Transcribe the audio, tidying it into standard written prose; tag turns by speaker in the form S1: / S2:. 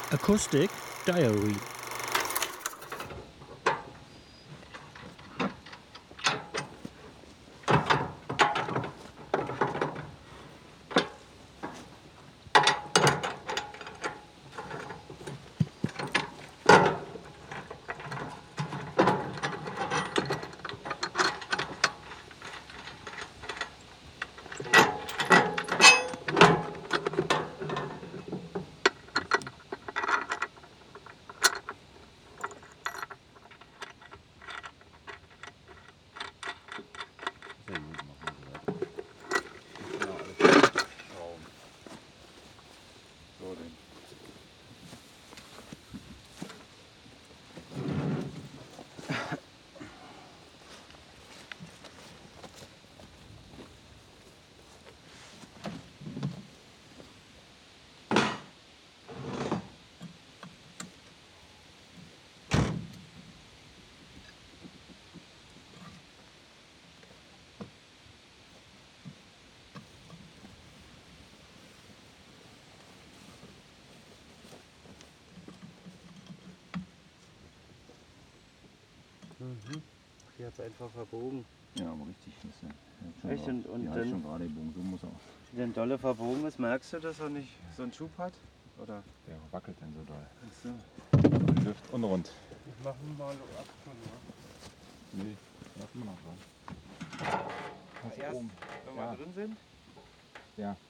S1: Acoustic Diary.
S2: Die hat es einfach verbogen.
S3: Ja, aber richtig. Das
S2: Echt? Und
S3: die hat schon gerade gebogen, so muss er auch.
S2: wenn ein dolle verbogen ist, merkst du, dass er nicht so einen Schub hat? Oder?
S3: Der wackelt dann so doll.
S2: Achso.
S3: Lüft und rund.
S2: Ich mache mal ab schon,
S3: Nee, lass mal noch dran.
S2: ja. Erst,
S3: oben.
S2: wenn
S3: Ja.
S2: wir drin sind.
S3: Ja.